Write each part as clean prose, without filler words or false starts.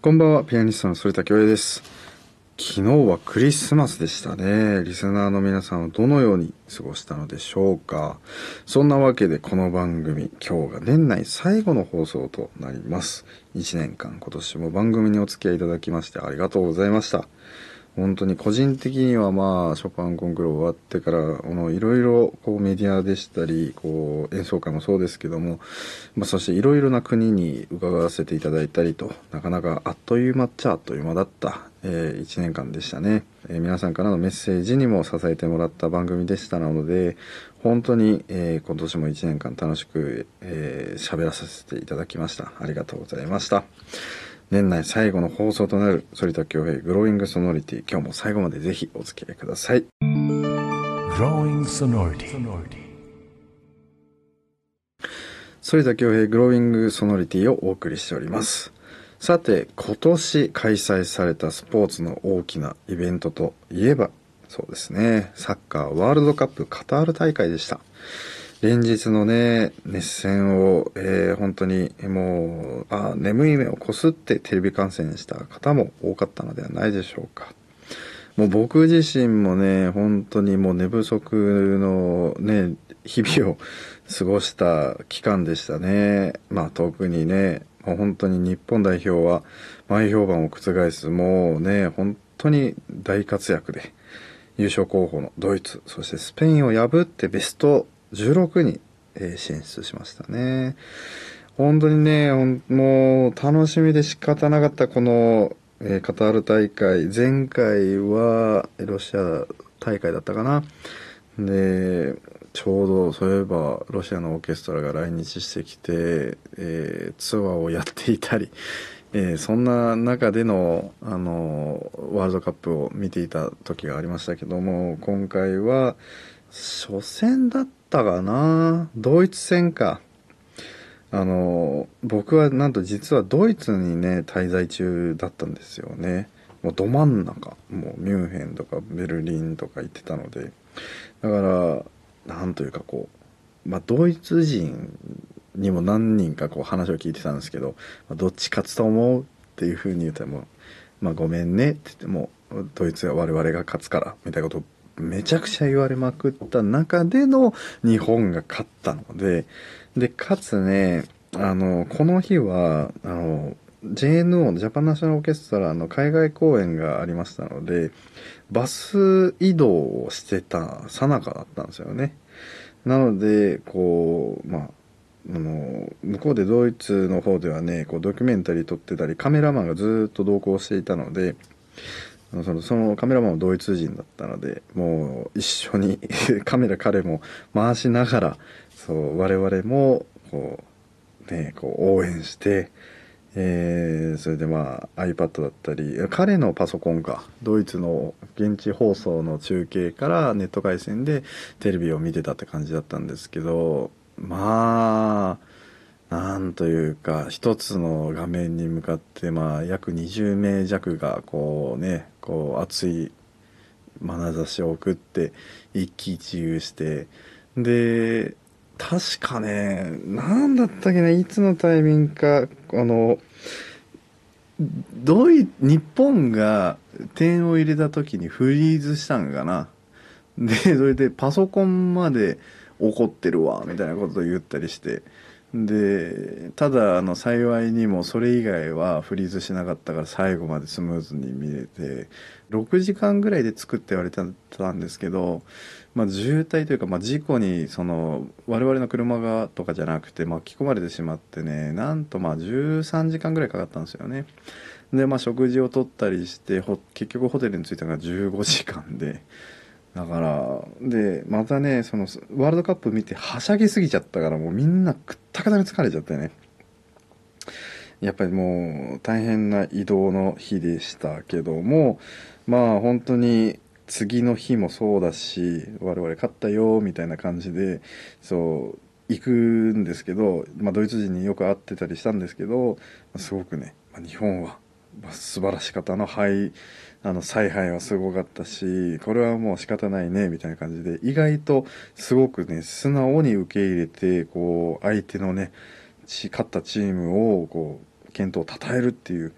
こんばんは、ピアニストの反田恭平です。昨日はクリスマスでしたね。リスナーの皆さんはどのように過ごしたのでしょうか。そんなわけでこの番組、今日が年内最後の放送となります。1年間今年も番組にお付き合いいただきましてありがとうございました。本当に個人的にはショパンコンクール終わってから、いろいろメディアでしたり、演奏会もそうですけども、そしていろいろな国に伺わせていただいたりと、なかなかあっという間っちゃあっという間だった、1年間でしたね。皆さんからのメッセージにも支えてもらった番組でしたので、本当に、今年も1年間楽しく喋らさせていただきました。ありがとうございました。年内最後の放送となる反田恭平グローイングソノリティ、今日も最後までぜひお付き合いください。Growing Sonority。反田恭平グローイングソノリティをお送りしております。さて、今年開催されたスポーツの大きなイベントといえば、そうですね、サッカーワールドカップカタール大会でした。連日のね、熱戦を、本当にもう、眠い目をこすってテレビ観戦した方も多かったのではないでしょうか。もう僕自身もね、本当にもう寝不足のね、日々を過ごした期間でしたね。特にね、もう本当に日本代表は前評判を覆す、もうね、本当に大活躍で、優勝候補のドイツ、そしてスペインを破ってベスト16に進出しましたね。本当にね、もう楽しみで仕方なかったこの、カタール大会。前回はロシア大会だったかな。で、ちょうどそういえばロシアのオーケストラが来日してきて、ツアーをやっていたり、そんな中での、ワールドカップを見ていた時がありましたけども、今回は初戦だったかな、ドイツ戦か。僕はなんと実はドイツにね、滞在中だったんですよね。もうど真ん中、もうミュンヘンとかベルリンとか行ってたので、だから、なんというかドイツ人にも何人か話を聞いてたんですけど、どっち勝つと思うっていう風に言っても、ごめんねって言っても、ドイツは我々が勝つからみたいなことをめちゃくちゃ言われまくった中での日本が勝ったので、かつね、この日はJNO ジャパンナショナルオーケストラの海外公演がありましたので、バス移動をしてた最中だったんですよね。なので、向こうでドイツの方ではね、ドキュメンタリー撮ってたり、カメラマンがずっと同行していたので、そのカメラマンもドイツ人だったので、もう一緒に彼も回しながら、我々も、応援して、それでiPad だったり、彼のパソコンか、ドイツの現地放送の中継からネット回線でテレビを見てたって感じだったんですけど、なんというか、一つの画面に向かって、約20名弱が、熱い眼差しを送って、一喜一憂して、で、確かね、なんだったっけな、いつのタイミングか、日本が点を入れた時にフリーズしたんかな。で、それでパソコンまで怒ってるわ、みたいなことを言ったりして。で、ただ、幸いにもそれ以外はフリーズしなかったから最後までスムーズに見れて、6時間ぐらいで作って言われてたんですけど、渋滞というか、事故に、我々の車がとかじゃなくて巻き込まれてしまってね、なんと13時間ぐらいかかったんですよね。で、食事をとったりして、結局ホテルに着いたのが15時間で、だから、で、またね、ワールドカップ見てはしゃぎすぎちゃったから、もうみんなくったかたに疲れちゃってね。やっぱりもう大変な移動の日でしたけども、本当に次の日もそうだし、我々勝ったよみたいな感じで、行くんですけど、ドイツ人によく会ってたりしたんですけど、すごくね、日本は素晴らしかった采配はすごかったし、これはもう仕方ないねみたいな感じで、意外とすごくね、素直に受け入れて、相手のね、勝ったチームを健闘を称えるっていう、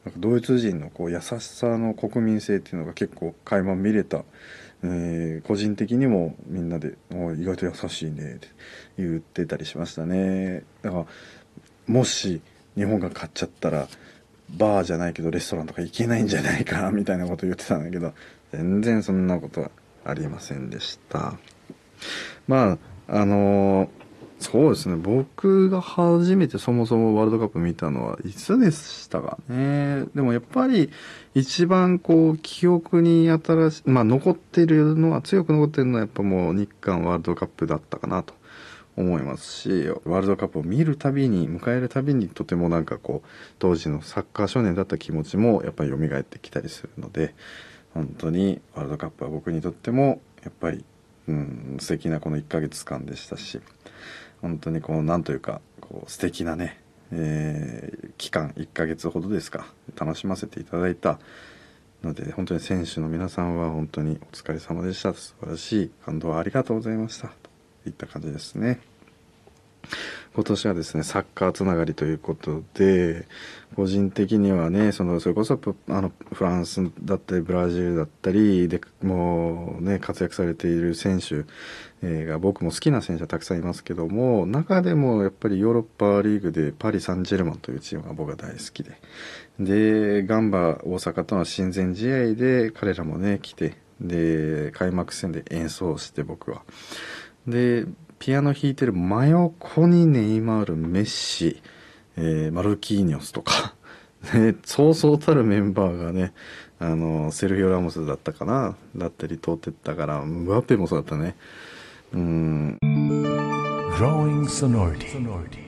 なんかドイツ人のこう優しさの国民性っていうのが結構垣間見れた、個人的にもみんなで意外と優しいねって言ってたりしましたね。だからもし日本が勝っちゃったらバーじゃないけどレストランとか行けないんじゃないかみたいなこと言ってたんだけど、全然そんなことはありませんでした。まあそうですね、僕が初めてそもそもワールドカップ見たのはいつでしたかね。でもやっぱり一番こう記憶に残ってるのは、強く残ってるのはやっぱもう日韓ワールドカップだったかなと思いますし、ワールドカップを見るたびに、迎えるたびにとてもなんかこう当時のサッカー少年だった気持ちもやっぱり蘇ってきたりするので、本当にワールドカップは僕にとってもやっぱり素敵なこの1ヶ月間でしたし、本当にこうなんというかこう素敵なね、期間1ヶ月ほどですか、楽しませていただいたので、本当に選手の皆さんは本当にお疲れ様でした、素晴らしい感動をありがとうございましたといった感じですね。今年はですね、サッカーつながりということで、個人的にはね、それこそフランスだったりブラジルだったりでもうね活躍されている選手、が僕も好きな選手はたくさんいますけども、中でもやっぱりヨーロッパリーグでパリ・サンジェルマンというチームが僕は大好きで、ガンバ大阪との親善試合で彼らもね来て、で開幕戦で演奏して、僕はでピアノ弾いてる真横にネイマール、メッシ、マルキーニョスとかそうそうたるメンバーがね、セルヒオ・ラモスだったかな、だったり通ってったから、ムバッペもそうだったね。Growing Sonority